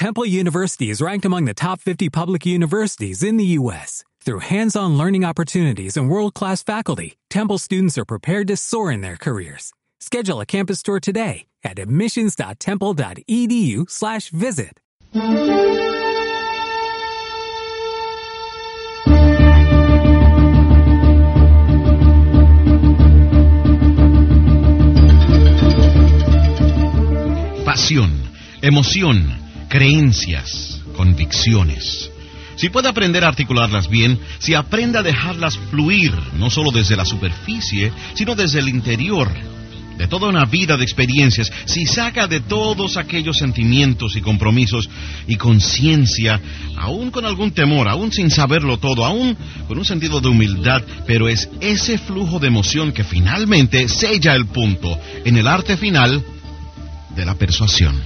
Temple University is ranked among the top 50 public universities in the U.S. Through hands-on learning opportunities and world-class faculty, Temple students are prepared to soar in their careers. Schedule a campus tour today at admissions.temple.edu/visit. Pasión, emoción, creencias, convicciones. Si puede aprender a articularlas bien, si aprende a dejarlas fluir, no solo desde la superficie, sino desde el interior, de toda una vida de experiencias, si saca de todos aquellos sentimientos y compromisos y conciencia, aún con algún temor, aún sin saberlo todo, aún con un sentido de humildad, pero es ese flujo de emoción que finalmente sella el punto en el arte final de la persuasión.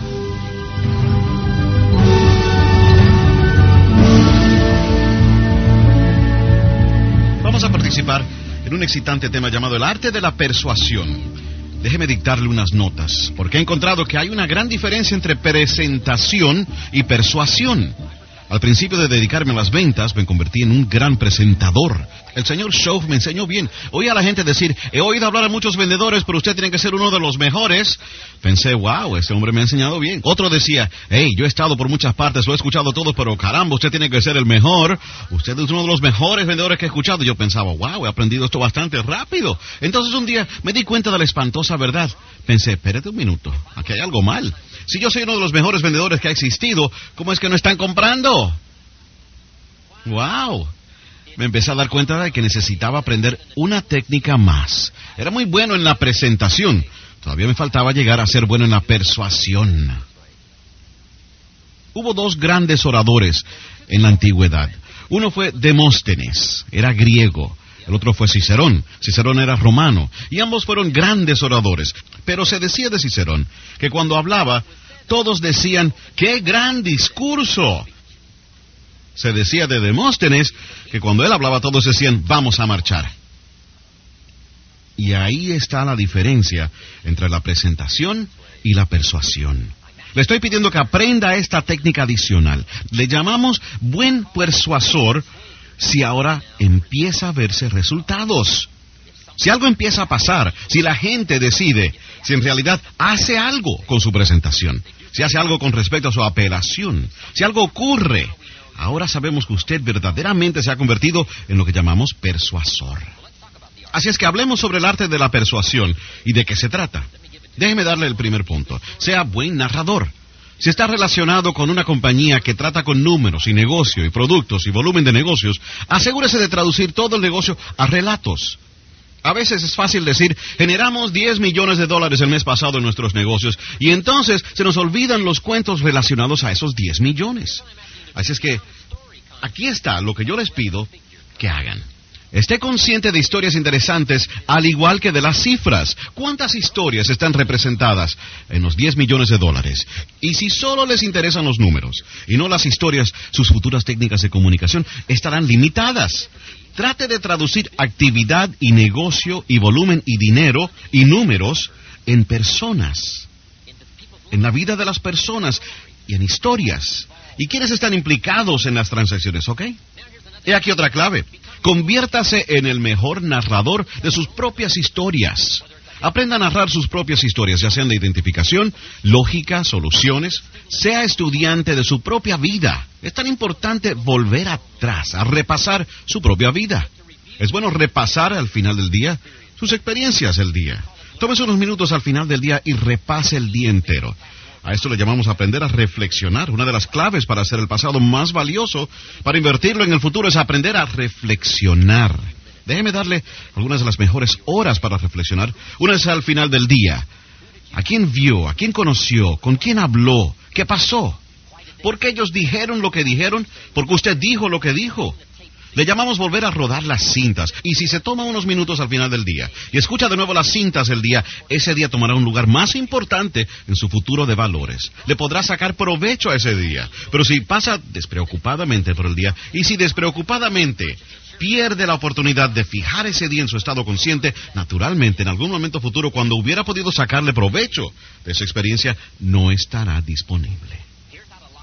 Vamos a participar en un excitante tema llamado el arte de la persuasión. Déjeme dictarle unas notas, porque he encontrado que hay una gran diferencia entre presentación y persuasión. Al principio de dedicarme a las ventas, me convertí en un gran presentador. El señor Schoaf me enseñó bien. Oí a la gente decir, he oído hablar a muchos vendedores, pero usted tiene que ser uno de los mejores. Pensé, wow, este hombre me ha enseñado bien. Otro decía, hey, yo he estado por muchas partes, lo he escuchado todo, pero caramba, usted tiene que ser el mejor. Usted es uno de los mejores vendedores que he escuchado. Yo pensaba, wow, he aprendido esto bastante rápido. Entonces un día me di cuenta de la espantosa verdad. Pensé, espérate un minuto, aquí hay algo mal. Si yo soy uno de los mejores vendedores que ha existido, ¿cómo es que no están comprando? ¡Wow! Me empecé a dar cuenta de que necesitaba aprender una técnica más. Era muy bueno en la presentación. Todavía me faltaba llegar a ser bueno en la persuasión. Hubo dos grandes oradores en la antigüedad. Uno fue Demóstenes, era griego. El otro fue Cicerón. Cicerón era romano. Y ambos fueron grandes oradores. Pero se decía de Cicerón que cuando hablaba, todos decían, ¡qué gran discurso! Se decía de Demóstenes que cuando él hablaba, todos decían, vamos a marchar. Y ahí está la diferencia entre la presentación y la persuasión. Le estoy pidiendo que aprenda esta técnica adicional. Le llamamos buen persuasor si ahora empieza a verse resultados. Si algo empieza a pasar, si la gente decide, si en realidad hace algo con su presentación, si hace algo con respecto a su apelación, si algo ocurre, ahora sabemos que usted verdaderamente se ha convertido en lo que llamamos persuasor. Así es que hablemos sobre el arte de la persuasión y de qué se trata. Déjeme darle el primer punto. Sea buen narrador. Si está relacionado con una compañía que trata con números y negocio y productos y volumen de negocios, asegúrese de traducir todo el negocio a relatos. A veces es fácil decir, generamos $10 millones el mes pasado en nuestros negocios, y entonces se nos olvidan los cuentos relacionados a esos 10 millones. Así es que, aquí está lo que yo les pido que hagan. Esté consciente de historias interesantes, al igual que de las cifras. ¿Cuántas historias están representadas en los $10 millones? Y si solo les interesan los números y no las historias, sus futuras técnicas de comunicación estarán limitadas. Trate de traducir actividad y negocio y volumen y dinero y números en personas, en la vida de las personas y en historias. ¿Y quiénes están implicados en las transacciones? ¿Ok? He aquí otra clave. Conviértase en el mejor narrador de sus propias historias. Aprenda a narrar sus propias historias, ya sean de identificación, lógica, soluciones. Sea estudiante de su propia vida. Es tan importante volver atrás, a repasar su propia vida. Es bueno repasar al final del día sus experiencias del día. Tómese unos minutos al final del día y repase el día entero. A esto le llamamos aprender a reflexionar. Una de las claves para hacer el pasado más valioso, para invertirlo en el futuro, es aprender a reflexionar. Déjeme darle algunas de las mejores horas para reflexionar. Una es al final del día. ¿A quién vio? ¿A quién conoció? ¿Con quién habló? ¿Qué pasó? ¿Por qué ellos dijeron lo que dijeron? ¿Por qué usted dijo lo que dijo? Le llamamos volver a rodar las cintas. Y si se toma unos minutos al final del día y escucha de nuevo las cintas del día, ese día tomará un lugar más importante en su futuro de valores. Le podrá sacar provecho a ese día. Pero si pasa despreocupadamente por el día, y si despreocupadamente pierde la oportunidad de fijar ese día en su estado consciente, naturalmente en algún momento futuro, cuando hubiera podido sacarle provecho de esa experiencia, no estará disponible.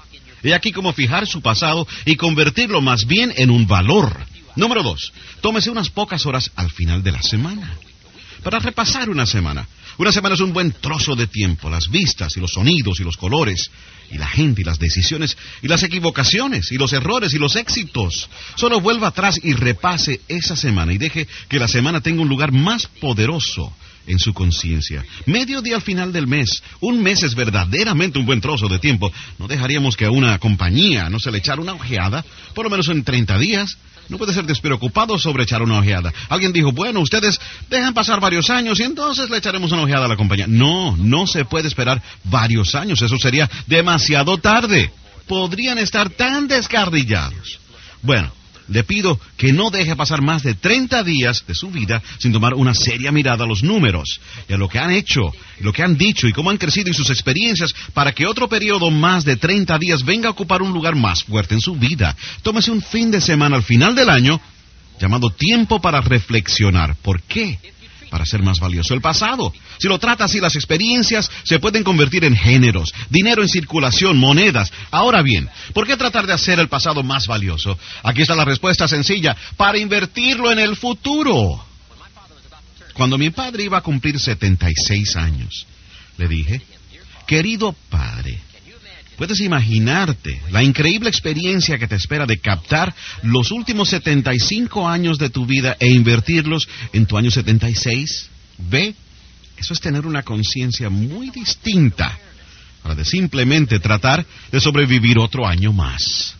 He aquí cómo fijar su pasado y convertirlo más bien en un valor. Número 2. Tómese unas pocas horas al final de la semana para repasar una semana. Una semana es un buen trozo de tiempo. Las vistas y los sonidos y los colores y la gente y las decisiones y las equivocaciones y los errores y los éxitos. Solo vuelva atrás y repase esa semana y deje que la semana tenga un lugar más poderoso en su conciencia. Mediodía al final del mes. Un mes es verdaderamente un buen trozo de tiempo. No dejaríamos que a una compañía no se le echara una ojeada, por lo menos en 30 días. No puede ser despreocupado sobre echar una ojeada. Alguien dijo, bueno, ustedes dejan pasar varios años y entonces le echaremos una ojeada a la compañía. No, no se puede esperar varios años. Eso sería demasiado tarde. Podrían estar tan descarrillados. Bueno, le pido que no deje pasar más de 30 días de su vida sin tomar una seria mirada a los números y a lo que han hecho, lo que han dicho y cómo han crecido y sus experiencias para que otro periodo más de 30 días venga a ocupar un lugar más fuerte en su vida. Tómese un fin de semana al final del año llamado tiempo para reflexionar. ¿Por qué? Para hacer más valioso el pasado. Si lo trata así, las experiencias se pueden convertir en géneros, dinero en circulación, monedas. Ahora bien, ¿por qué tratar de hacer el pasado más valioso? Aquí está la respuesta sencilla: para invertirlo en el futuro. Cuando mi padre iba a cumplir 76 años, le dije, querido padre, ¿puedes imaginarte la increíble experiencia que te espera de captar los últimos 75 años de tu vida e invertirlos en tu año 76? ¿Ve? Eso es tener una conciencia muy distinta a la de simplemente tratar de sobrevivir otro año más.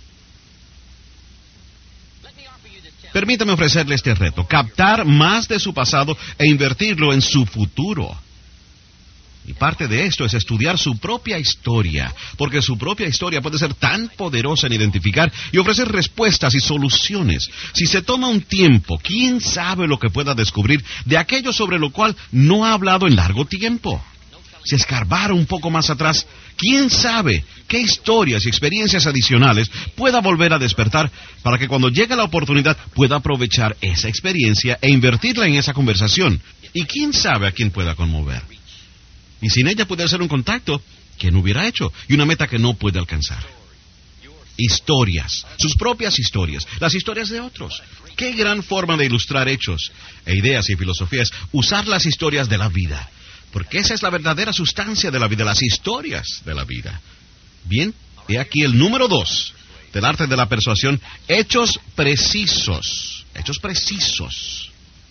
Permítame ofrecerle este reto: captar más de su pasado e invertirlo en su futuro. Y parte de esto es estudiar su propia historia, porque su propia historia puede ser tan poderosa en identificar y ofrecer respuestas y soluciones. Si se toma un tiempo, ¿quién sabe lo que pueda descubrir de aquello sobre lo cual no ha hablado en largo tiempo? Si escarbara un poco más atrás, ¿quién sabe qué historias y experiencias adicionales pueda volver a despertar para que cuando llegue la oportunidad pueda aprovechar esa experiencia e invertirla en esa conversación? Y quién sabe a quién pueda conmover. Y sin ella puede ser un contacto que no hubiera hecho y una meta que no puede alcanzar. Historias, sus propias historias, las historias de otros. Qué gran forma de ilustrar hechos e ideas y filosofías, usar las historias de la vida. Porque esa es la verdadera sustancia de la vida, las historias de la vida. Bien, he aquí el número 2 del arte de la persuasión: hechos precisos. Hechos precisos.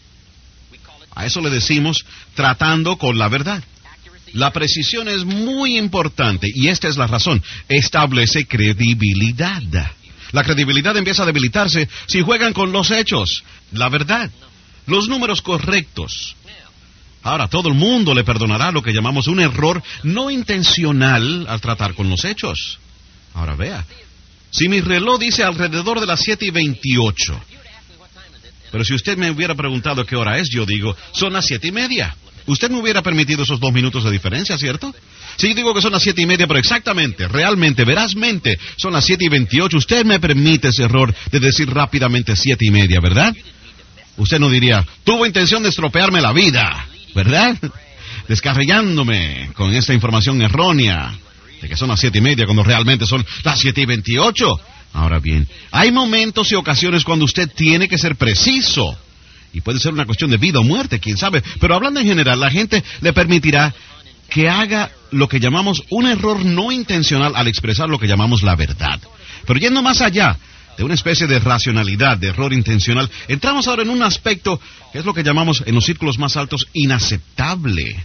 A eso le decimos tratando con la verdad. La precisión es muy importante y esta es la razón. Establece credibilidad. La credibilidad empieza a debilitarse si juegan con los hechos, la verdad, los números correctos. Ahora, todo el mundo le perdonará lo que llamamos un error no intencional al tratar con los hechos. Ahora vea, si mi reloj dice alrededor de las 7:28, pero si usted me hubiera preguntado qué hora es, yo digo, son las 7:30. Usted me hubiera permitido esos 2 minutos de diferencia, ¿cierto? Si yo digo que son las 7:30, pero exactamente, realmente, verazmente, son las 7:28, usted me permite ese error de decir rápidamente 7:30, ¿verdad? Usted no diría, tuvo intención de estropearme la vida, ¿verdad? Descarrillándome con esta información errónea de que son las 7:30 cuando realmente son las 7:28. Ahora bien, hay momentos y ocasiones cuando usted tiene que ser preciso. Y puede ser una cuestión de vida o muerte, quién sabe. Pero hablando en general, la gente le permitirá que haga lo que llamamos un error no intencional al expresar lo que llamamos la verdad. Pero yendo más allá de una especie de racionalidad, de error intencional, entramos ahora en un aspecto que es lo que llamamos en los círculos más altos inaceptable.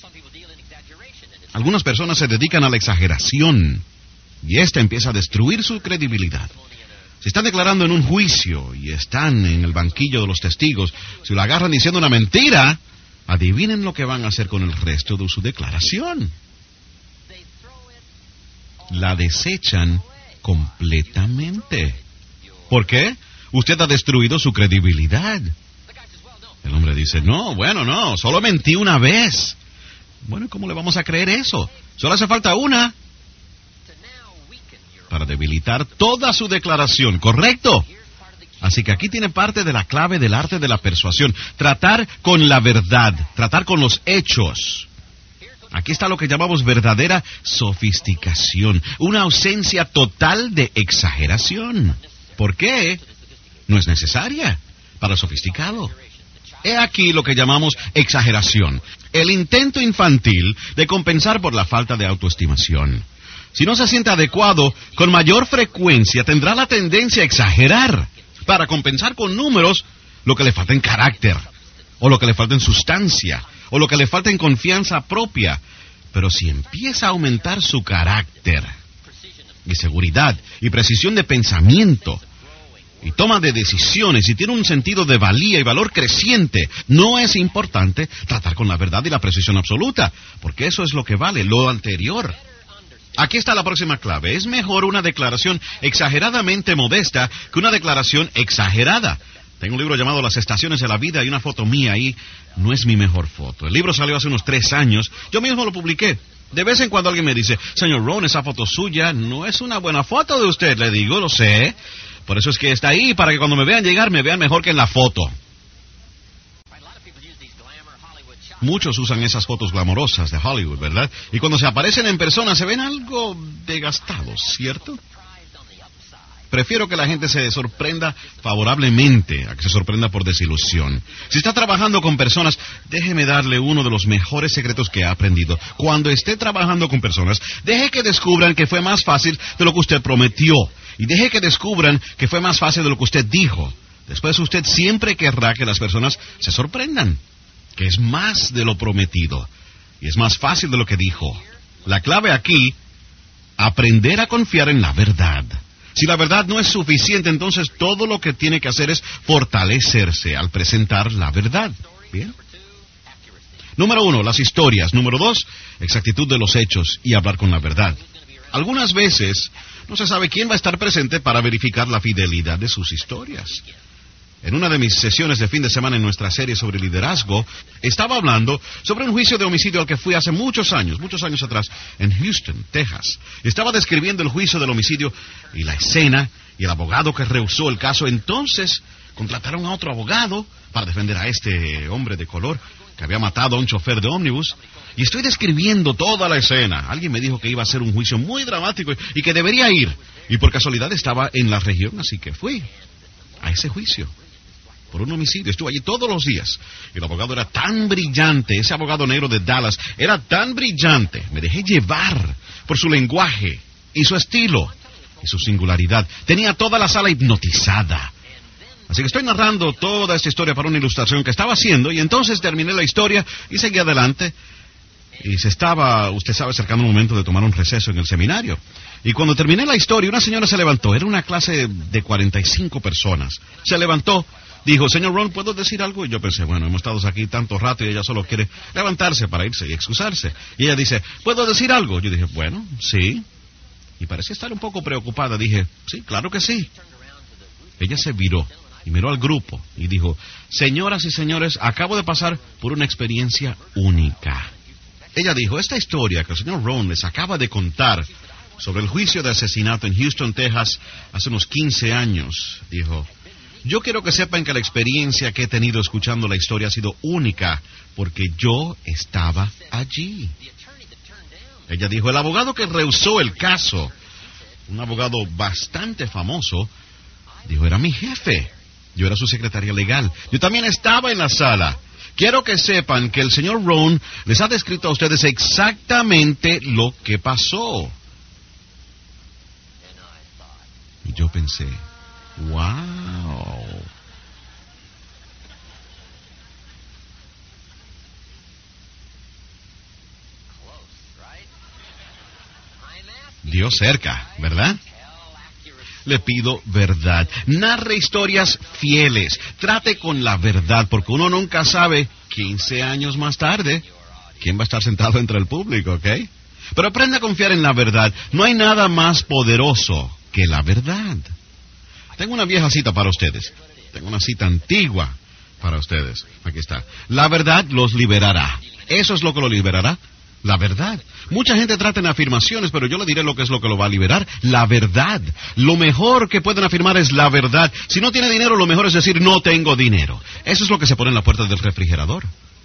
Algunas personas se dedican a la exageración y esta empieza a destruir su credibilidad. Si están declarando en un juicio y están en el banquillo de los testigos, si lo agarran diciendo una mentira, adivinen lo que van a hacer con el resto de su declaración. La desechan completamente. ¿Por qué? Usted ha destruido su credibilidad. El hombre dice, no, solo mentí una vez. Bueno, ¿cómo le vamos a creer eso? Solo hace falta una para debilitar toda su declaración, ¿correcto? Así que aquí tiene parte de la clave del arte de la persuasión. Tratar con la verdad, tratar con los hechos. Aquí está lo que llamamos verdadera sofisticación, una ausencia total de exageración. ¿Por qué? No es necesaria para el sofisticado. He aquí lo que llamamos exageración, el intento infantil de compensar por la falta de autoestimación. Si no se siente adecuado, con mayor frecuencia tendrá la tendencia a exagerar para compensar con números lo que le falta en carácter, o lo que le falta en sustancia, o lo que le falta en confianza propia. Pero si empieza a aumentar su carácter, y seguridad, y precisión de pensamiento, y toma de decisiones, y tiene un sentido de valía y valor creciente, no es importante tratar con la verdad y la precisión absoluta, porque eso es lo que vale, lo anterior. Aquí está la próxima clave. Es mejor una declaración exageradamente modesta que una declaración exagerada. Tengo un libro llamado Las Estaciones de la Vida y una foto mía ahí. No es mi mejor foto. El libro salió hace unos 3 años. Yo mismo lo publiqué. De vez en cuando alguien me dice, señor Ron, esa foto suya no es una buena foto de usted. Le digo, lo sé. Por eso es que está ahí, para que cuando me vean llegar, me vean mejor que en la foto. Muchos usan esas fotos glamorosas de Hollywood, ¿verdad? Y cuando se aparecen en persona se ven algo desgastados, ¿cierto? Prefiero que la gente se sorprenda favorablemente a que se sorprenda por desilusión. Si está trabajando con personas, déjeme darle uno de los mejores secretos que he aprendido. Cuando esté trabajando con personas, deje que descubran que fue más fácil de lo que usted prometió. Y deje que descubran que fue más fácil de lo que usted dijo. Después usted siempre querrá que las personas se sorprendan, que es más de lo prometido. Y es más fácil de lo que dijo. La clave aquí, aprender a confiar en la verdad. Si la verdad no es suficiente, entonces todo lo que tiene que hacer es fortalecerse al presentar la verdad. ¿Bien? Número 1, las historias. Número 2, exactitud de los hechos y hablar con la verdad. Algunas veces no se sabe quién va a estar presente para verificar la fidelidad de sus historias. En una de mis sesiones de fin de semana en nuestra serie sobre liderazgo, estaba hablando sobre un juicio de homicidio al que fui hace muchos años atrás, en Houston, Texas. Estaba describiendo el juicio del homicidio y la escena y el abogado que rehusó el caso. Entonces, contrataron a otro abogado para defender a este hombre de color que había matado a un chofer de ómnibus. Y estoy describiendo toda la escena. Alguien me dijo que iba a ser un juicio muy dramático y que debería ir. Y por casualidad estaba en la región, así que fui a ese juicio por un homicidio. Estuve allí todos los días. El abogado era tan brillante, ese abogado negro de Dallas, era tan brillante. Me dejé llevar por su lenguaje y su estilo y su singularidad. Tenía toda la sala hipnotizada. Así que estoy narrando toda esta historia para una ilustración que estaba haciendo, y entonces terminé la historia y seguí adelante. Y se estaba, usted sabe, acercando un momento de tomar un receso en el seminario. Y cuando terminé la historia, una señora se levantó. Era una clase de 45 personas. Se levantó. Dijo, señor Ron, ¿puedo decir algo? Y yo pensé, bueno, hemos estado aquí tanto rato y ella solo quiere levantarse para irse y excusarse. Y ella dice, ¿puedo decir algo? Yo dije, bueno, sí. Y parecía estar un poco preocupada. Dije, sí, claro que sí. Ella se viró y miró al grupo y dijo, señoras y señores, acabo de pasar por una experiencia única. Ella dijo, esta historia que el señor Ron les acaba de contar sobre el juicio de asesinato en Houston, Texas, hace unos 15 años, dijo, yo quiero que sepan que la experiencia que he tenido escuchando la historia ha sido única, porque yo estaba allí. Ella dijo, el abogado que rehusó el caso, un abogado bastante famoso, dijo, era mi jefe. Yo era su secretaria legal. Yo también estaba en la sala. Quiero que sepan que el señor Ron les ha descrito a ustedes exactamente lo que pasó. Y yo pensé, wow. Dios cerca, ¿verdad? Le pido verdad. Narre historias fieles. Trate con la verdad, porque uno nunca sabe, 15 años más tarde, quién va a estar sentado entre el público, ¿ok? Pero aprenda a confiar en la verdad. No hay nada más poderoso que la verdad. Tengo una vieja cita para ustedes. Tengo una cita antigua para ustedes. Aquí está. La verdad los liberará. ¿Eso es lo que lo liberará? La verdad. Mucha gente trata en afirmaciones, pero yo le diré lo que es lo que lo va a liberar. La verdad. Lo mejor que pueden afirmar es la verdad. Si no tiene dinero, lo mejor es decir no tengo dinero. Eso es lo que se pone en la puerta del refrigerador.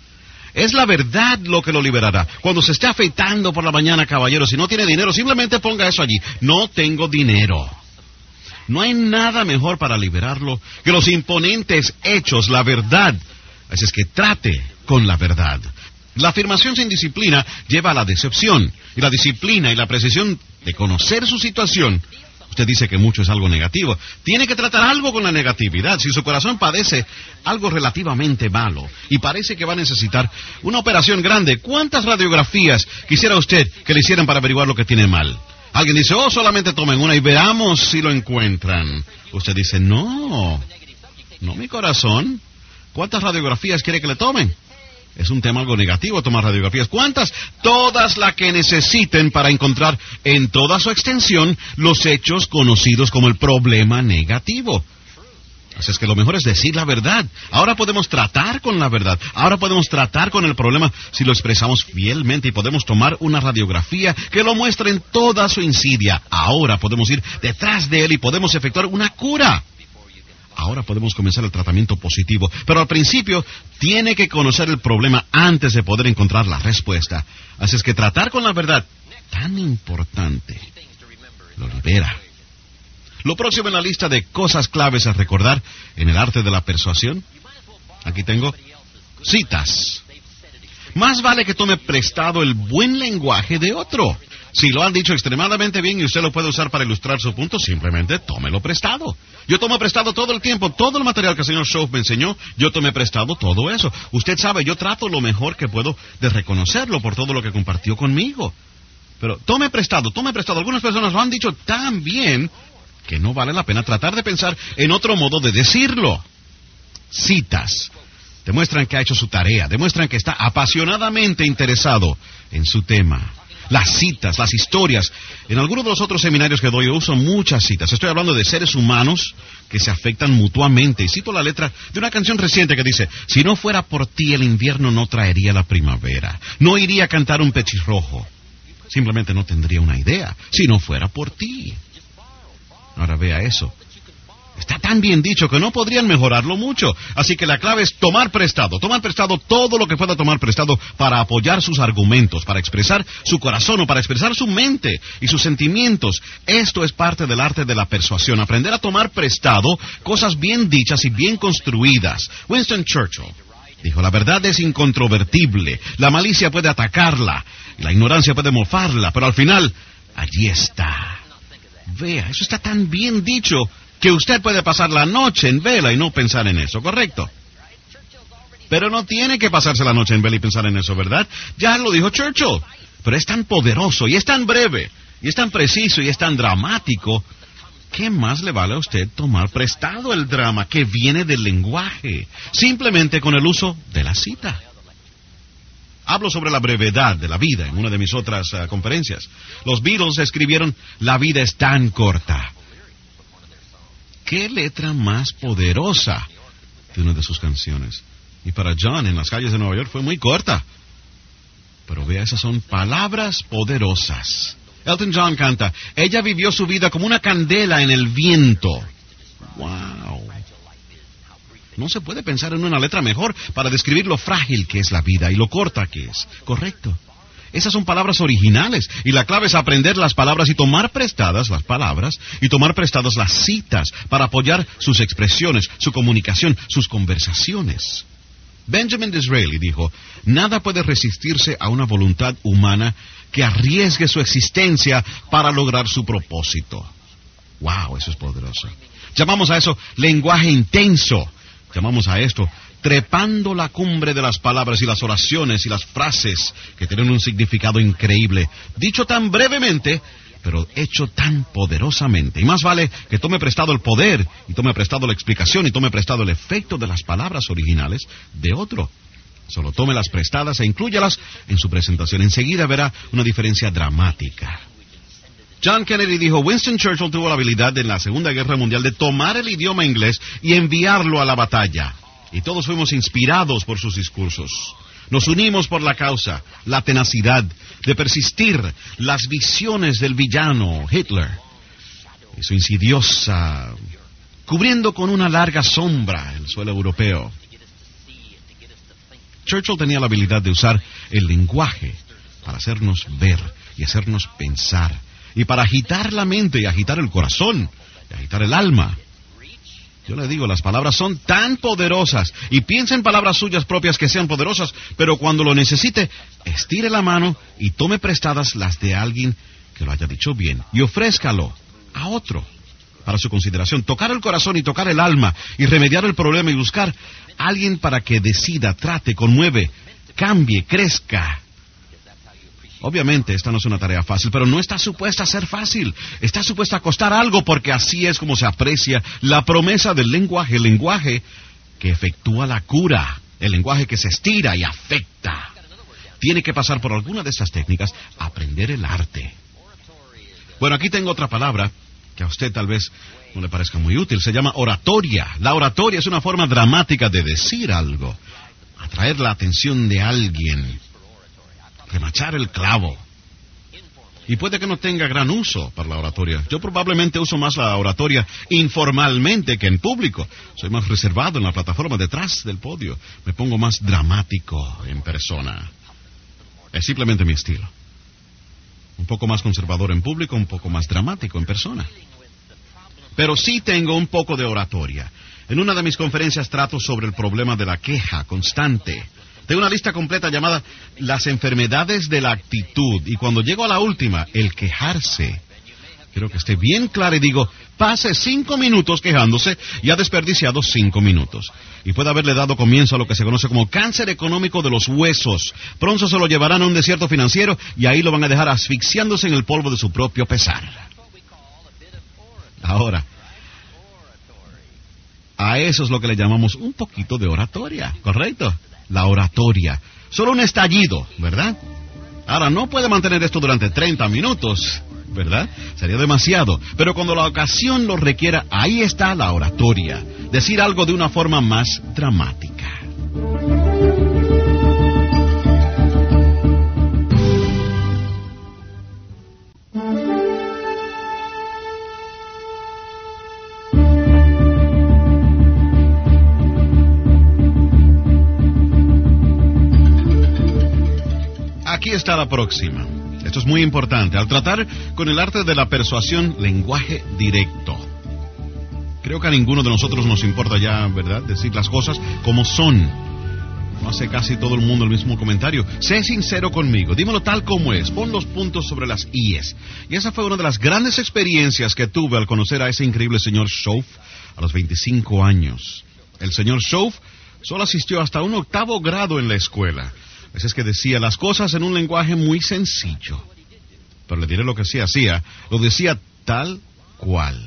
Es la verdad lo que lo liberará. Cuando se esté afeitando por la mañana, caballero, si no tiene dinero, simplemente ponga eso allí. No tengo dinero. No hay nada mejor para liberarlo que los imponentes hechos, la verdad. Así es que trate con la verdad. La afirmación sin disciplina lleva a la decepción. Y la disciplina y la precisión de conocer su situación. Usted dice que mucho es algo negativo. Tiene que tratar algo con la negatividad. Si su corazón padece algo relativamente malo y parece que va a necesitar una operación grande, ¿cuántas radiografías quisiera usted que le hicieran para averiguar lo que tiene mal? Alguien dice, solamente tomen una y veamos si lo encuentran. Usted dice, no, mi corazón. ¿Cuántas radiografías quiere que le tomen? Es un tema algo negativo tomar radiografías. ¿Cuántas? Todas las que necesiten para encontrar en toda su extensión los hechos conocidos como el problema negativo. Así es que lo mejor es decir la verdad. Ahora podemos tratar con la verdad. Ahora podemos tratar con el problema si lo expresamos fielmente y podemos tomar una radiografía que lo muestre en toda su insidia. Ahora podemos ir detrás de él y podemos efectuar una cura. Ahora podemos comenzar el tratamiento positivo, pero al principio tiene que conocer el problema antes de poder encontrar la respuesta. Así es que tratar con la verdad, tan importante, lo libera. Lo próximo en la lista de cosas claves a recordar en el arte de la persuasión, aquí tengo citas. Más vale que tome prestado el buen lenguaje de otro. Si lo han dicho extremadamente bien y usted lo puede usar para ilustrar su punto, simplemente tómelo prestado. Yo tomo prestado todo el tiempo, todo el material que el señor Shoaff me enseñó, yo tomé prestado todo eso. Usted sabe, yo trato lo mejor que puedo de reconocerlo por todo lo que compartió conmigo. Pero tome prestado. Algunas personas lo han dicho tan bien que no vale la pena tratar de pensar en otro modo de decirlo. Citas. Demuestran que ha hecho su tarea, demuestran que está apasionadamente interesado en su tema. Las citas, las historias. En algunos de los otros seminarios que doy yo uso muchas citas. Estoy hablando de seres humanos que se afectan mutuamente. Y cito la letra de una canción reciente que dice, si no fuera por ti el invierno no traería la primavera. No iría a cantar un pechirrojo. Simplemente no tendría una idea si no fuera por ti. Ahora vea eso. Está tan bien dicho que no podrían mejorarlo mucho. Así que la clave es tomar prestado todo lo que pueda tomar prestado para apoyar sus argumentos, para expresar su corazón o para expresar su mente y sus sentimientos. Esto es parte del arte de la persuasión, aprender a tomar prestado cosas bien dichas y bien construidas. Winston Churchill dijo, la verdad es incontrovertible, la malicia puede atacarla, y la ignorancia puede mofarla, pero al final, allí está. Vea, eso está tan bien dicho que usted puede pasar la noche en vela y no pensar en eso, ¿correcto? Pero no tiene que pasarse la noche en vela y pensar en eso, ¿verdad? Ya lo dijo Churchill. Pero es tan poderoso y es tan breve y es tan preciso y es tan dramático. ¿Qué más le vale a usted tomar prestado el drama que viene del lenguaje? Simplemente con el uso de la cita. Hablo sobre la brevedad de la vida en una de mis otras conferencias. Los Beatles escribieron, la vida es tan corta. ¿Qué letra más poderosa de una de sus canciones? Y para John, en las calles de Nueva York, fue muy corta. Pero vea, esas son palabras poderosas. Elton John canta, ella vivió su vida como una candela en el viento. ¡Wow! No se puede pensar en una letra mejor para describir lo frágil que es la vida y lo corta que es. ¿Correcto? Esas son palabras originales, y la clave es aprender las palabras y tomar prestadas las palabras y tomar prestadas las citas para apoyar sus expresiones, su comunicación, sus conversaciones. Benjamin Disraeli dijo, nada puede resistirse a una voluntad humana que arriesgue su existencia para lograr su propósito. ¡Wow! Eso es poderoso. Llamamos a eso lenguaje intenso. Llamamos a esto trepando la cumbre de las palabras y las oraciones y las frases que tienen un significado increíble, dicho tan brevemente, pero hecho tan poderosamente. Y más vale que tome prestado el poder, y tome prestado la explicación, y tome prestado el efecto de las palabras originales de otro. Solo tome las prestadas e inclúyalas en su presentación. Enseguida verá una diferencia dramática. John Kennedy dijo, Winston Churchill tuvo la habilidad en la Segunda Guerra Mundial de tomar el idioma inglés y enviarlo a la batalla. Y todos fuimos inspirados por sus discursos. Nos unimos por la causa, la tenacidad de persistir, las visiones del villano Hitler y su insidiosa, cubriendo con una larga sombra el suelo europeo. Churchill tenía la habilidad de usar el lenguaje para hacernos ver y hacernos pensar, y para agitar la mente y agitar el corazón y agitar el alma. Yo le digo, las palabras son tan poderosas, y piensa en palabras suyas propias que sean poderosas, pero cuando lo necesite, estire la mano y tome prestadas las de alguien que lo haya dicho bien, y ofrézcalo a otro para su consideración. Tocar el corazón y tocar el alma, y remediar el problema, y buscar a alguien para que decida, trate, conmueve, cambie, crezca. Obviamente esta no es una tarea fácil, pero no está supuesta a ser fácil. Está supuesta a costar algo, porque así es como se aprecia la promesa del lenguaje, el lenguaje que efectúa la cura, el lenguaje que se estira y afecta. Tiene que pasar por alguna de estas técnicas, aprender el arte. Bueno, aquí tengo otra palabra que a usted tal vez no le parezca muy útil. Se llama oratoria. La oratoria es una forma dramática de decir algo, atraer la atención de alguien, remachar el clavo. Y puede que no tenga gran uso para la oratoria. Yo probablemente uso más la oratoria informalmente que en público. Soy más reservado en la plataforma detrás del podio. Me pongo más dramático en persona. Es simplemente mi estilo. Un poco más conservador en público, un poco más dramático en persona. Pero sí tengo un poco de oratoria. En una de mis conferencias trato sobre el problema de la queja constante. Tengo una lista completa llamada Las enfermedades de la actitud. Y cuando llego a la última, el quejarse, quiero que esté bien claro y digo, pase 5 minutos quejándose y ha desperdiciado 5 minutos. Y puede haberle dado comienzo a lo que se conoce como cáncer económico de los huesos. Pronto se lo llevarán a un desierto financiero y ahí lo van a dejar asfixiándose en el polvo de su propio pesar. Ahora, a eso es lo que le llamamos un poquito de oratoria, ¿correcto? La oratoria. Solo un estallido, ¿verdad? Ahora, no puede mantener esto durante 30 minutos, ¿verdad? Sería demasiado. Pero cuando la ocasión lo requiera, ahí está la oratoria. Decir algo de una forma más dramática. Aquí está la próxima. Esto es muy importante. Al tratar con el arte de la persuasión, lenguaje directo. Creo que a ninguno de nosotros nos importa ya, ¿verdad?, decir las cosas como son. No hace casi todo el mundo el mismo comentario. Sé sincero conmigo, dímelo tal como es. Pon los puntos sobre las íes. Y esa fue una de las grandes experiencias que tuve al conocer a ese increíble señor Shoaff a los 25 años. El señor Shoaff solo asistió hasta un 8º grado en la escuela. Así es que decía las cosas en un lenguaje muy sencillo. Pero le diré lo que sí hacía. Lo decía tal cual.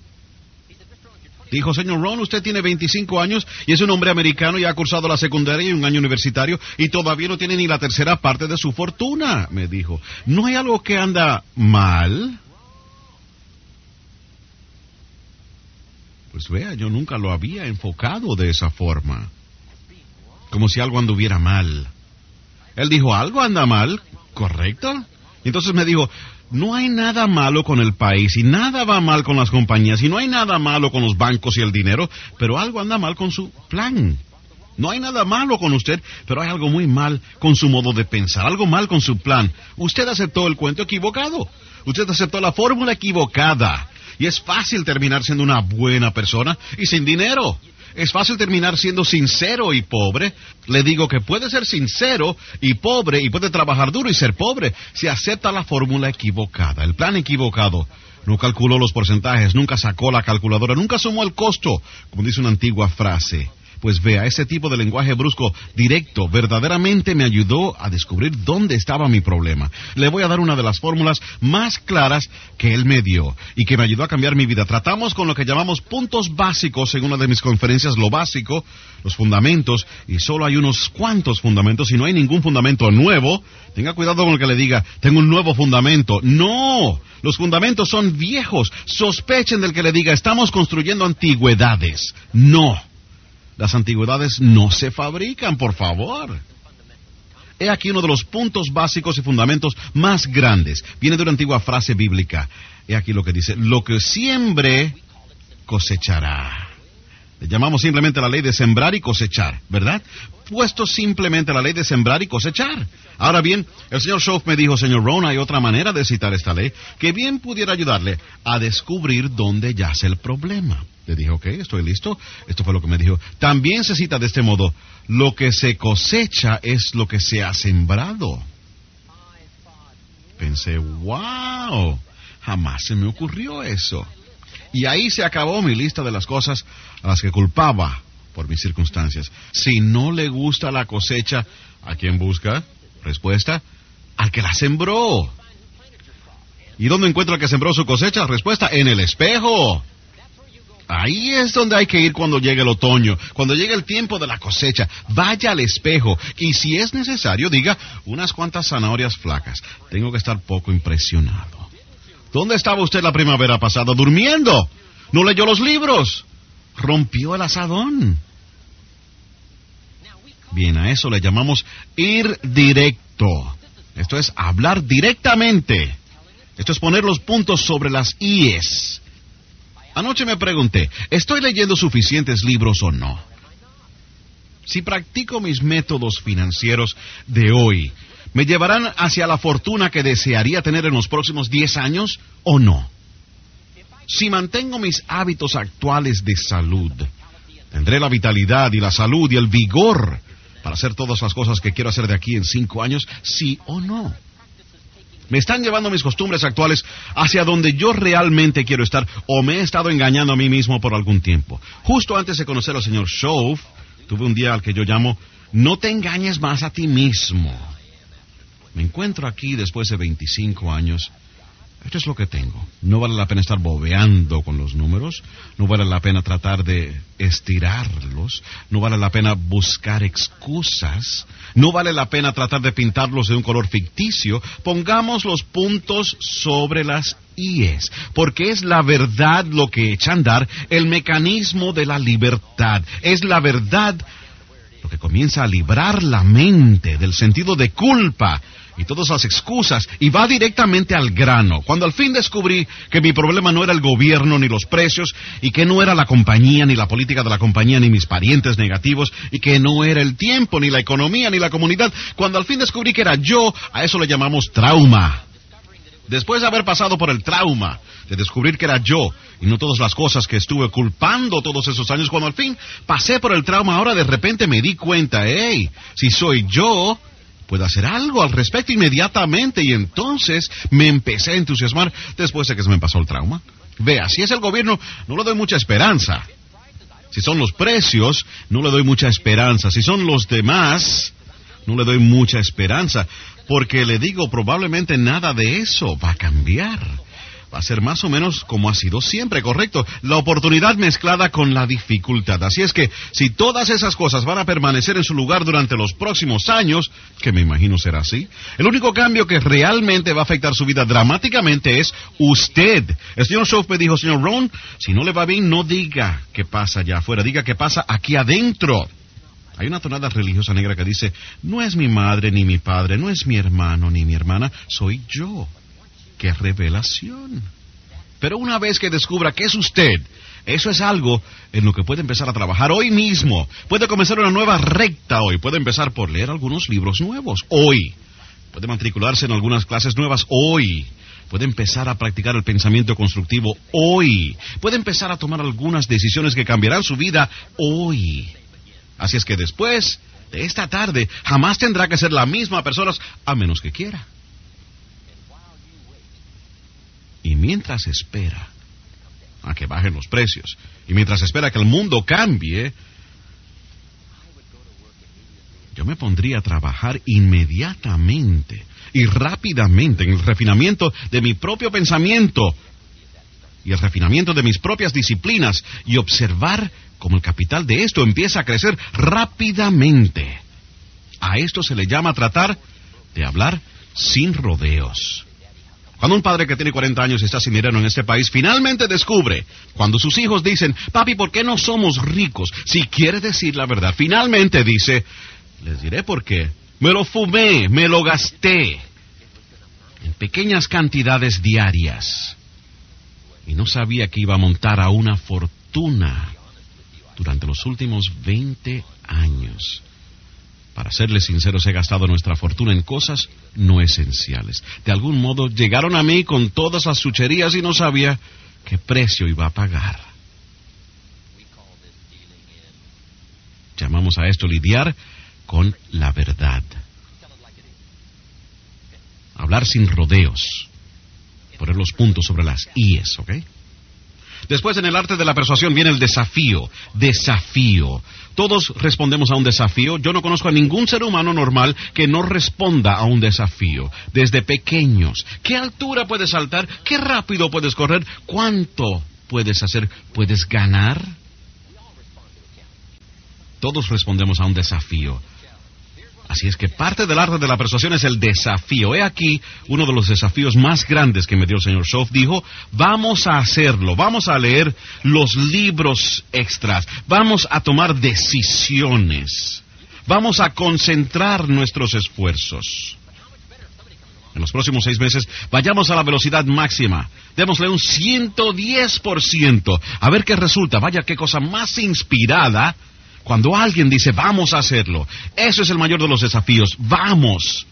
Dijo, señor Ron, usted tiene 25 años y es un hombre americano y ha cursado la secundaria y un año universitario y todavía no tiene ni la tercera parte de su fortuna, me dijo. ¿No hay algo que anda mal? Pues vea, yo nunca lo había enfocado de esa forma. Como si algo anduviera mal. Él dijo, ¿algo anda mal? ¿Correcto? Y entonces me dijo, no hay nada malo con el país y nada va mal con las compañías y no hay nada malo con los bancos y el dinero, pero algo anda mal con su plan. No hay nada malo con usted, pero hay algo muy mal con su modo de pensar, algo mal con su plan. Usted aceptó el cuento equivocado. Usted aceptó la fórmula equivocada. Y es fácil terminar siendo una buena persona y sin dinero. Es fácil terminar siendo sincero y pobre. Le digo que puede ser sincero y pobre y puede trabajar duro y ser pobre si acepta la fórmula equivocada, el plan equivocado. No calculó los porcentajes, nunca sacó la calculadora, nunca sumó el costo, como dice una antigua frase. Pues vea, ese tipo de lenguaje brusco, directo, verdaderamente me ayudó a descubrir dónde estaba mi problema. Le voy a dar una de las fórmulas más claras que él me dio y que me ayudó a cambiar mi vida. Tratamos con lo que llamamos puntos básicos en una de mis conferencias, lo básico, los fundamentos, y solo hay unos cuantos fundamentos y no hay ningún fundamento nuevo. Tenga cuidado con lo que le diga, tengo un nuevo fundamento. ¡No! Los fundamentos son viejos. Sospechen del que le diga, estamos construyendo antigüedades. ¡No! Las antigüedades no se fabrican, por favor. He aquí uno de los puntos básicos y fundamentos más grandes. Viene de una antigua frase bíblica. He aquí lo que dice, lo que siembre, cosechará. Le llamamos simplemente la ley de sembrar y cosechar, ¿verdad? Puesto simplemente la ley de sembrar y cosechar. Ahora bien, el señor Shoaff me dijo, señor Rohn, hay otra manera de citar esta ley que bien pudiera ayudarle a descubrir dónde yace el problema. Le dije, ok, estoy listo. Esto fue lo que me dijo. También se cita de este modo, lo que se cosecha es lo que se ha sembrado. Pensé, wow, jamás se me ocurrió eso. Y ahí se acabó mi lista de las cosas a las que culpaba por mis circunstancias. Si no le gusta la cosecha, ¿a quién busca? Respuesta, al que la sembró. ¿Y dónde encuentra el que sembró su cosecha? Respuesta, en el espejo. Ahí es donde hay que ir cuando llegue el otoño, cuando llegue el tiempo de la cosecha. Vaya al espejo y si es necesario, diga unas cuantas zanahorias flacas. Tengo que estar poco impresionado. ¿Dónde estaba usted la primavera pasada? Durmiendo. ¿No leyó los libros? Rompió el asadón. Bien, a eso le llamamos ir directo. Esto es hablar directamente. Esto es poner los puntos sobre las íes. Anoche me pregunté, ¿estoy leyendo suficientes libros o no? Si practico mis métodos financieros de hoy, ¿me llevarán hacia la fortuna que desearía tener en los próximos 10 años o no? Si mantengo mis hábitos actuales de salud, ¿tendré la vitalidad y la salud y el vigor para hacer todas las cosas que quiero hacer de aquí en 5 años? ¿Sí o no? ¿Me están llevando mis costumbres actuales hacia donde yo realmente quiero estar o me he estado engañando a mí mismo por algún tiempo? Justo antes de conocer al señor Shoaff, tuve un día al que yo llamo, no te engañes más a ti mismo. Me encuentro aquí después de 25 años. Esto es lo que tengo. No vale la pena estar bobeando con los números. No vale la pena tratar de estirarlos. No vale la pena buscar excusas. No vale la pena tratar de pintarlos de un color ficticio. Pongamos los puntos sobre las íes, porque es la verdad lo que echa a andar el mecanismo de la libertad. Es la verdad lo que comienza a librar la mente del sentido de culpa y todas las excusas, y va directamente al grano. Cuando al fin descubrí que mi problema no era el gobierno ni los precios, y que no era la compañía, ni la política de la compañía, ni mis parientes negativos, y que no era el tiempo, ni la economía, ni la comunidad, cuando al fin descubrí que era yo, a eso le llamamos trauma. Después de haber pasado por el trauma, de descubrir que era yo, y no todas las cosas que estuve culpando todos esos años, cuando al fin pasé por el trauma, ahora de repente me di cuenta, hey, si soy yo, puedo hacer algo al respecto inmediatamente, y entonces me empecé a entusiasmar después de que se me pasó el trauma. Vea, si es el gobierno, no le doy mucha esperanza. Si son los precios, no le doy mucha esperanza. Si son los demás, no le doy mucha esperanza. Porque le digo, probablemente nada de eso va a cambiar. Va a ser más o menos como ha sido siempre, correcto. La oportunidad mezclada con la dificultad. Así es que, si todas esas cosas van a permanecer en su lugar durante los próximos años, que me imagino será así, el único cambio que realmente va a afectar su vida dramáticamente es usted. El señor Shoaff me dijo, señor Rohn, si no le va bien, no diga qué pasa allá afuera, diga qué pasa aquí adentro. Hay una tonada religiosa negra que dice, no es mi madre ni mi padre, no es mi hermano ni mi hermana, soy yo. ¡Qué revelación! Pero una vez que descubra que es usted, eso es algo en lo que puede empezar a trabajar hoy mismo. Puede comenzar una nueva recta hoy. Puede empezar por leer algunos libros nuevos hoy. Puede matricularse en algunas clases nuevas hoy. Puede empezar a practicar el pensamiento constructivo hoy. Puede empezar a tomar algunas decisiones que cambiarán su vida hoy. Así es que después de esta tarde jamás tendrá que ser la misma persona a menos que quiera. Y mientras espera a que bajen los precios, y mientras espera que el mundo cambie, yo me pondría a trabajar inmediatamente y rápidamente en el refinamiento de mi propio pensamiento y el refinamiento de mis propias disciplinas y observar cómo el capital de esto empieza a crecer rápidamente. A esto se le llama tratar de hablar sin rodeos. Cuando un padre que tiene 40 años y está sin dinero en este país finalmente descubre, cuando sus hijos dicen, papi, ¿por qué no somos ricos? Si quiere decir la verdad, finalmente dice, les diré por qué. Me lo fumé, me lo gasté en pequeñas cantidades diarias. Y no sabía que iba a montar a una fortuna. durante los últimos 20 años. Para serles sinceros, he gastado nuestra fortuna en cosas no esenciales. De algún modo llegaron a mí con todas las chucherías y no sabía qué precio iba a pagar. Llamamos a esto lidiar con la verdad. Hablar sin rodeos. Poner los puntos sobre las íes, ¿ok? Después, en el arte de la persuasión, viene el desafío. Desafío. Todos respondemos a un desafío. Yo no conozco a ningún ser humano normal que no responda a un desafío. Desde pequeños. ¿Qué altura puedes saltar? ¿Qué rápido puedes correr? ¿Cuánto puedes hacer? ¿Puedes ganar? Todos respondemos a un desafío. Así es que parte del arte de la persuasión es el desafío. He aquí uno de los desafíos más grandes que me dio el señor Shoaff. Dijo, vamos a hacerlo, vamos a leer los libros extras, vamos a tomar decisiones, vamos a concentrar nuestros esfuerzos. En los próximos 6 meses, vayamos a la velocidad máxima. Démosle un 110%. A ver qué resulta. Vaya, qué cosa más inspirada. Cuando alguien dice, vamos a hacerlo, eso es el mayor de los desafíos, vamos.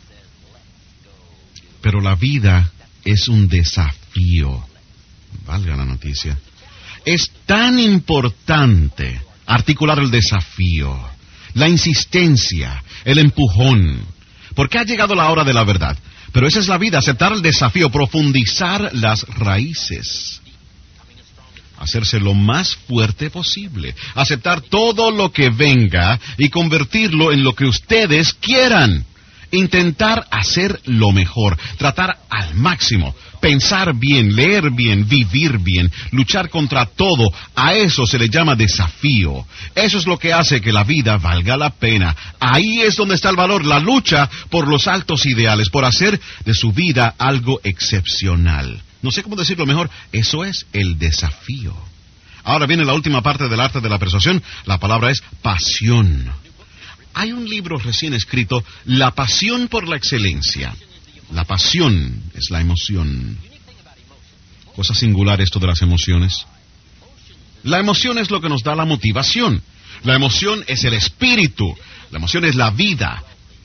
Pero la vida es un desafío, valga la noticia. Es tan importante articular el desafío, la insistencia, el empujón, porque ha llegado la hora de la verdad. Pero esa es la vida, aceptar el desafío, profundizar las raíces. Hacerse lo más fuerte posible. Aceptar todo lo que venga y convertirlo en lo que ustedes quieran. Intentar hacer lo mejor. Tratar al máximo. Pensar bien, leer bien, vivir bien. Luchar contra todo. A eso se le llama desafío. Eso es lo que hace que la vida valga la pena. Ahí es donde está el valor. La lucha por los altos ideales. Por hacer de su vida algo excepcional. No sé cómo decirlo mejor, eso es el desafío. Ahora viene la última parte del arte de la persuasión, la palabra es pasión. Hay un libro recién escrito, La pasión por la excelencia. La pasión es la emoción. Cosa singular esto de las emociones. La emoción es lo que nos da la motivación. La emoción es el espíritu. La emoción es la vida.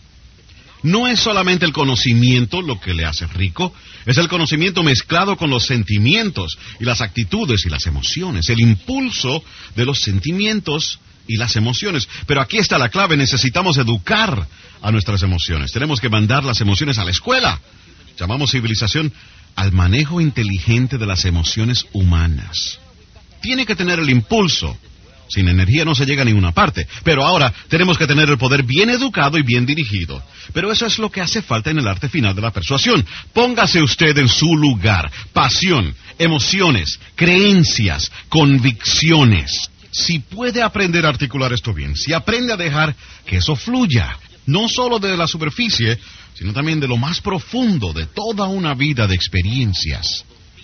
No es solamente el conocimiento lo que le hace rico, es el conocimiento mezclado con los sentimientos y las actitudes y las emociones, el impulso de los sentimientos y las emociones. Pero aquí está la clave, necesitamos educar a nuestras emociones, tenemos que mandar las emociones a la escuela. Llamamos civilización al manejo inteligente de las emociones humanas. Tiene que tener el impulso. Sin energía no se llega a ninguna parte. Pero ahora tenemos que tener el poder bien educado y bien dirigido. Pero eso es lo que hace falta en el arte final de la persuasión. Póngase usted en su lugar. Pasión, emociones, creencias, convicciones. Si puede aprender a articular esto bien, si aprende a dejar que eso fluya, no solo de la superficie, sino también de lo más profundo de toda una vida de experiencias.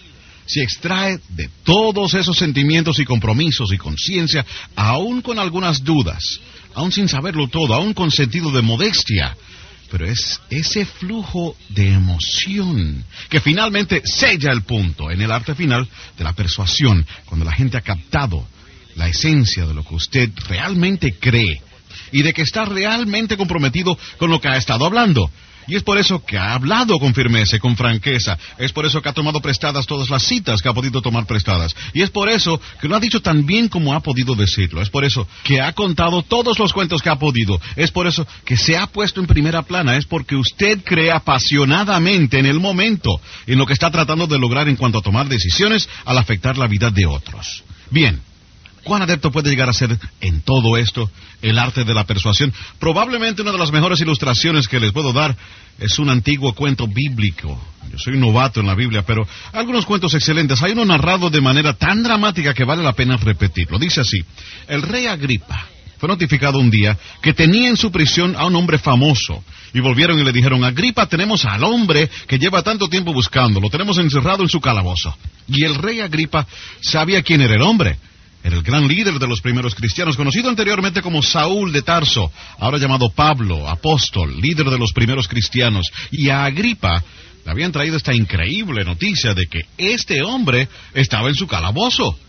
Si extrae de todos esos sentimientos y compromisos y conciencia, aún con algunas dudas, aún sin saberlo todo, aún con sentido de modestia, pero es ese flujo de emoción que finalmente sella el punto en el arte final de la persuasión, cuando la gente ha captado la esencia de lo que usted realmente cree y de que está realmente comprometido con lo que ha estado hablando. Y es por eso que ha hablado con firmeza y con franqueza. Es por eso que ha tomado prestadas todas las citas que ha podido tomar prestadas. Y es por eso que lo ha dicho tan bien como ha podido decirlo. Es por eso que ha contado todos los cuentos que ha podido. Es por eso que se ha puesto en primera plana. Es porque usted cree apasionadamente en el momento, en lo que está tratando de lograr en cuanto a tomar decisiones al afectar la vida de otros. Bien. ¿Cuán adepto puede llegar a ser en todo esto el arte de la persuasión? Probablemente una de las mejores ilustraciones que les puedo dar es un antiguo cuento bíblico. Yo soy un novato en la Biblia, pero algunos cuentos excelentes. Hay uno narrado de manera tan dramática que vale la pena repetirlo. Dice así: el rey Agripa fue notificado un día que tenía en su prisión a un hombre famoso. Y volvieron y le dijeron: Agripa, tenemos al hombre que lleva tanto tiempo buscándolo. Tenemos encerrado en su calabozo. Y el rey Agripa sabía quién era el hombre. Era el gran líder de los primeros cristianos, conocido anteriormente como Saúl de Tarso, ahora llamado Pablo, apóstol, líder de los primeros cristianos. Y a Agripa le habían traído esta increíble noticia de que este hombre estaba en su calabozo.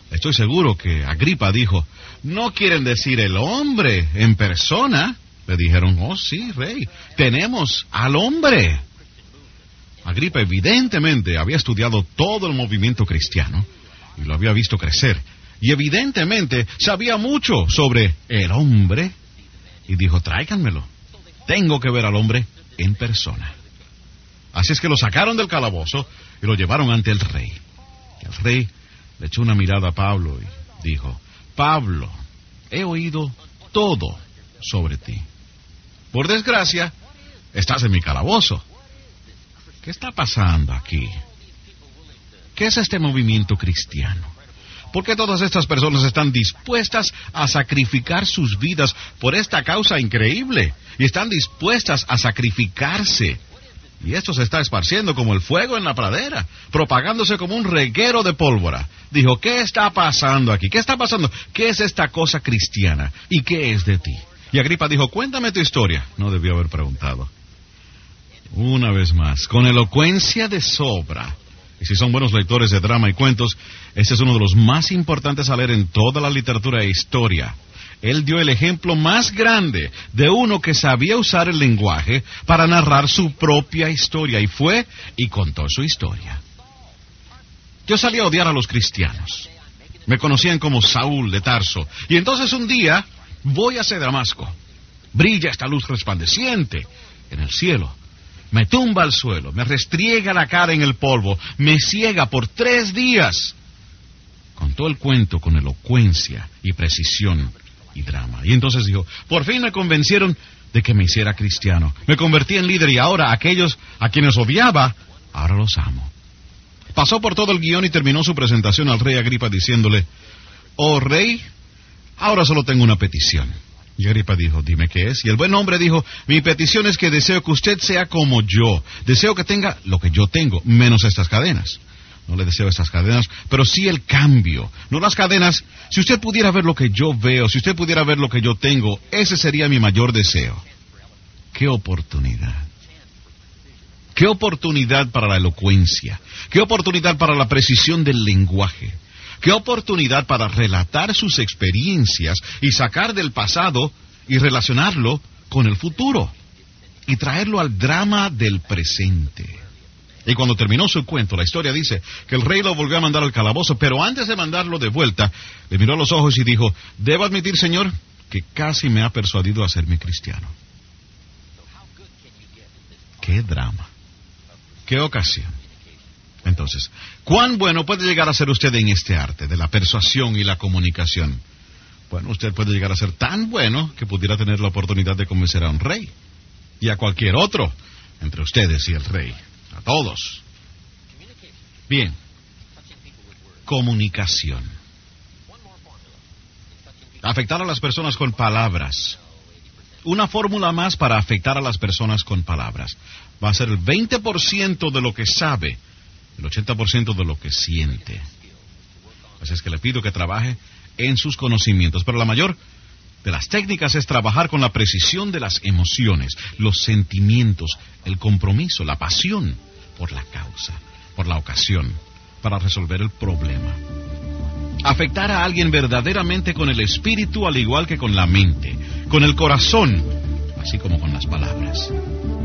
Estoy seguro que Agripa dijo, ¿no quieren decir el hombre en persona? Le dijeron, oh sí, rey, tenemos al hombre. Agripa evidentemente había estudiado todo el movimiento cristiano y lo había visto crecer. Y evidentemente sabía mucho sobre el hombre. Y dijo, tráiganmelo. Tengo que ver al hombre en persona. Así es que lo sacaron del calabozo y lo llevaron ante el rey. El rey le echó una mirada a Pablo y dijo, Pablo, he oído todo sobre ti. Por desgracia, estás en mi calabozo. ¿Qué está pasando aquí? ¿Qué es este movimiento cristiano? ¿Por qué todas estas personas están dispuestas a sacrificar sus vidas por esta causa increíble? Y están dispuestas a sacrificarse. Y esto se está esparciendo como el fuego en la pradera, propagándose como un reguero de pólvora. Dijo, ¿qué está pasando aquí? ¿Qué está pasando? ¿Qué es esta cosa cristiana? ¿Y qué es de ti? Y Agripa dijo, cuéntame tu historia. No debió haber preguntado. Una vez más, con elocuencia de sobra. Y si son buenos lectores de drama y cuentos, este es uno de los más importantes a leer en toda la literatura e historia. Él dio el ejemplo más grande de uno que sabía usar el lenguaje para narrar su propia historia. Y fue y contó su historia. Yo salí a odiar a los cristianos. Me conocían como Saúl de Tarso. Y entonces un día voy hacia Damasco. Brilla esta luz resplandeciente en el cielo. Me tumba al suelo, me restriega la cara en el polvo, me ciega por 3 días. Contó el cuento con elocuencia y precisión y drama. Y entonces dijo, por fin me convencieron de que me hiciera cristiano. Me convertí en líder y ahora aquellos a quienes odiaba, ahora los amo. Pasó por todo el guión y terminó su presentación al rey Agripa diciéndole, oh rey, ahora solo tengo una petición. Y Agripa dijo, dime qué es. Y el buen hombre dijo, mi petición es que deseo que usted sea como yo. Deseo que tenga lo que yo tengo, menos estas cadenas. No le deseo estas cadenas, pero sí el cambio. No las cadenas. Si usted pudiera ver lo que yo veo, si usted pudiera ver lo que yo tengo, ese sería mi mayor deseo. ¡Qué oportunidad! ¡Qué oportunidad para la elocuencia! ¡Qué oportunidad para la precisión del lenguaje! ¡Qué oportunidad para relatar sus experiencias y sacar del pasado y relacionarlo con el futuro! Y traerlo al drama del presente. Y cuando terminó su cuento, la historia dice que el rey lo volvió a mandar al calabozo, pero antes de mandarlo de vuelta, le miró a los ojos y dijo, debo admitir, señor, que casi me ha persuadido a hacerme cristiano. ¡Qué drama! ¡Qué ocasión! Entonces, ¿cuán bueno puede llegar a ser usted en este arte de la persuasión y la comunicación? Bueno, usted puede llegar a ser tan bueno que pudiera tener la oportunidad de convencer a un rey y a cualquier otro entre ustedes y el rey. A todos. Bien. Comunicación. Afectar a las personas con palabras. Una fórmula más para afectar a las personas con palabras. Va a ser el 20% de lo que sabe, el 80% de lo que siente. Así es que le pido que trabaje en sus conocimientos. Pero la mayor de las técnicas es trabajar con la precisión de las emociones, los sentimientos, el compromiso, la pasión por la causa, por la ocasión, para resolver el problema. Afectar a alguien verdaderamente con el espíritu al igual que con la mente, con el corazón, así como con las palabras.